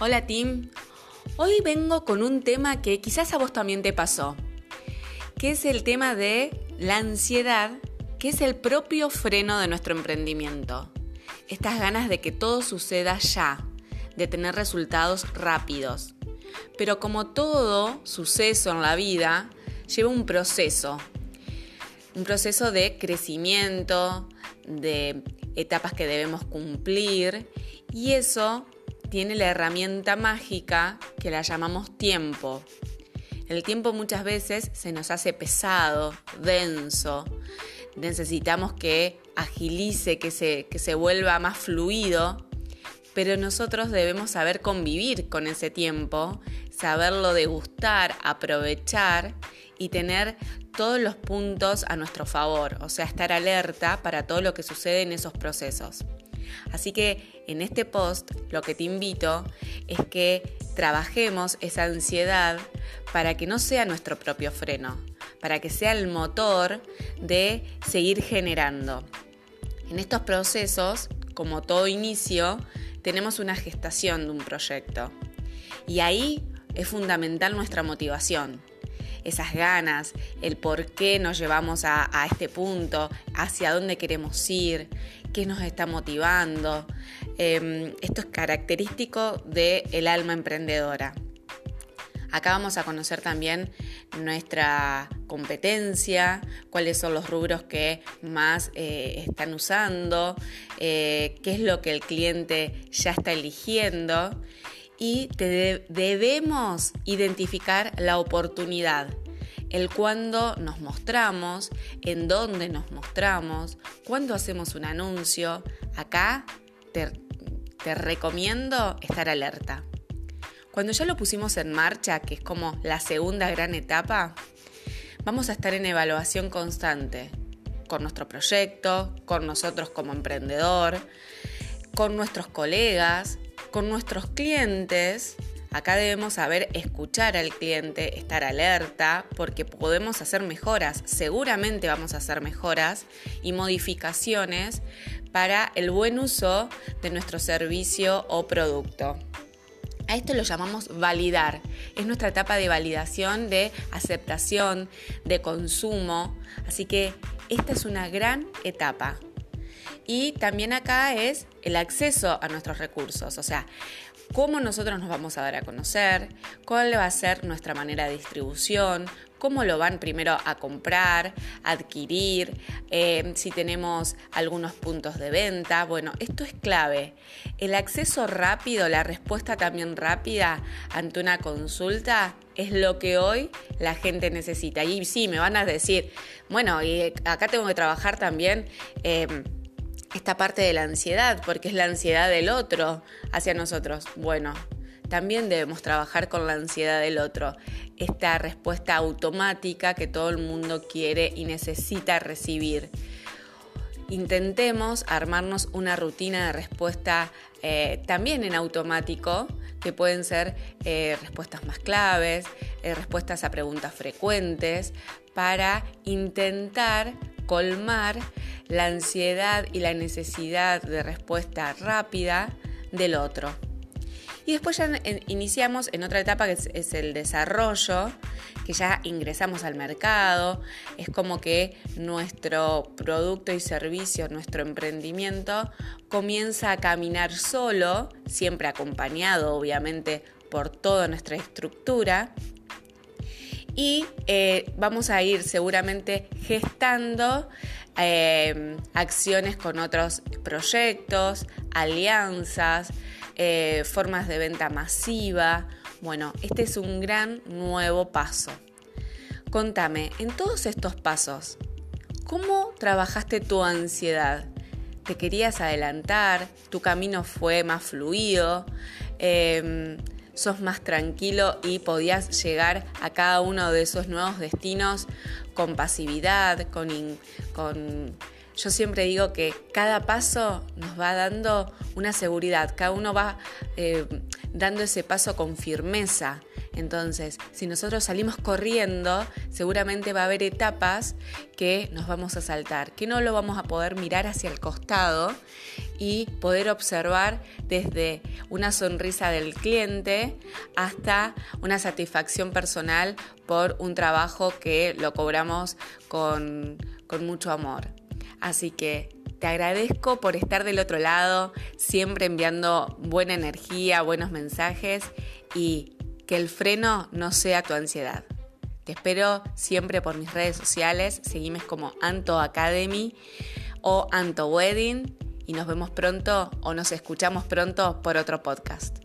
Hola Tim, hoy vengo con un tema que quizás a vos también te pasó, que es el tema de la ansiedad, que es el propio freno de nuestro emprendimiento. Estas ganas de que todo suceda ya, de tener resultados rápidos. Pero como todo suceso en la vida, lleva un proceso de crecimiento, de etapas que debemos cumplir, y eso tiene la herramienta mágica que la llamamos tiempo. El tiempo muchas veces se nos hace pesado, denso. Necesitamos que agilice, que se vuelva más fluido, pero nosotros debemos saber convivir con ese tiempo, saberlo degustar, aprovechar y tener todos los puntos a nuestro favor, o sea, estar alerta para todo lo que sucede en esos procesos. Así que en este post lo que te invito es que trabajemos esa ansiedad para que no sea nuestro propio freno, para que sea el motor de seguir generando. En estos procesos, como todo inicio, tenemos una gestación de un proyecto y ahí es fundamental nuestra motivación. Esas ganas, el por qué nos llevamos a este punto, hacia dónde queremos ir, qué nos está motivando. Esto es característico del alma emprendedora. Acá vamos a conocer también nuestra competencia, cuáles son los rubros que más están usando, qué es lo que el cliente ya está eligiendo. Y debemos identificar la oportunidad, el cuándo nos mostramos, en dónde nos mostramos, cuándo hacemos un anuncio. Acá te recomiendo estar alerta. Cuando ya lo pusimos en marcha, que es como la segunda gran etapa, vamos a estar en evaluación constante con nuestro proyecto, con nosotros como emprendedor, con nuestros colegas, con nuestros clientes. Acá debemos saber escuchar al cliente, estar alerta, porque podemos hacer mejoras, seguramente vamos a hacer mejoras y modificaciones para el buen uso de nuestro servicio o producto. A esto lo llamamos validar, es nuestra etapa de validación, de aceptación, de consumo, así que esta es una gran etapa. Y también acá es el acceso a nuestros recursos, o sea, cómo nosotros nos vamos a dar a conocer, cuál va a ser nuestra manera de distribución, cómo lo van primero a comprar, adquirir, si tenemos algunos puntos de venta. Bueno, esto es clave. El acceso rápido, la respuesta también rápida ante una consulta es lo que hoy la gente necesita. Y sí, me van a decir, bueno, y acá tengo que trabajar también esta parte de la ansiedad, porque es la ansiedad del otro hacia nosotros. Bueno, también debemos trabajar con la ansiedad del otro, esta respuesta automática que todo el mundo quiere y necesita recibir. Intentemos armarnos una rutina de respuesta también en automático, que pueden ser respuestas más claves, respuestas a preguntas frecuentes, para intentar colmar la ansiedad y la necesidad de respuesta rápida del otro. Y después ya iniciamos en otra etapa que es el desarrollo, que ya ingresamos al mercado. Es como que nuestro producto y servicio, nuestro emprendimiento comienza a caminar solo, siempre acompañado obviamente por toda nuestra estructura. Y vamos a ir seguramente gestando acciones con otros proyectos, alianzas, formas de venta masiva. Bueno, este es un gran nuevo paso. Contame, en todos estos pasos, ¿cómo trabajaste tu ansiedad? ¿Te querías adelantar? ¿Tu camino fue más fluido? ¿Sos más tranquilo y podías llegar a cada uno de esos nuevos destinos con pasividad, Yo siempre digo que cada paso nos va dando una seguridad, cada uno va dando ese paso con firmeza. Entonces, si nosotros salimos corriendo, seguramente va a haber etapas que nos vamos a saltar, que no lo vamos a poder mirar hacia el costado y poder observar desde una sonrisa del cliente hasta una satisfacción personal por un trabajo que lo cobramos con mucho amor. Así que te agradezco por estar del otro lado, siempre enviando buena energía, buenos mensajes y que el freno no sea tu ansiedad. Te espero siempre por mis redes sociales, seguime como Anto Academy o Anto Wedding y nos vemos pronto o nos escuchamos pronto por otro podcast.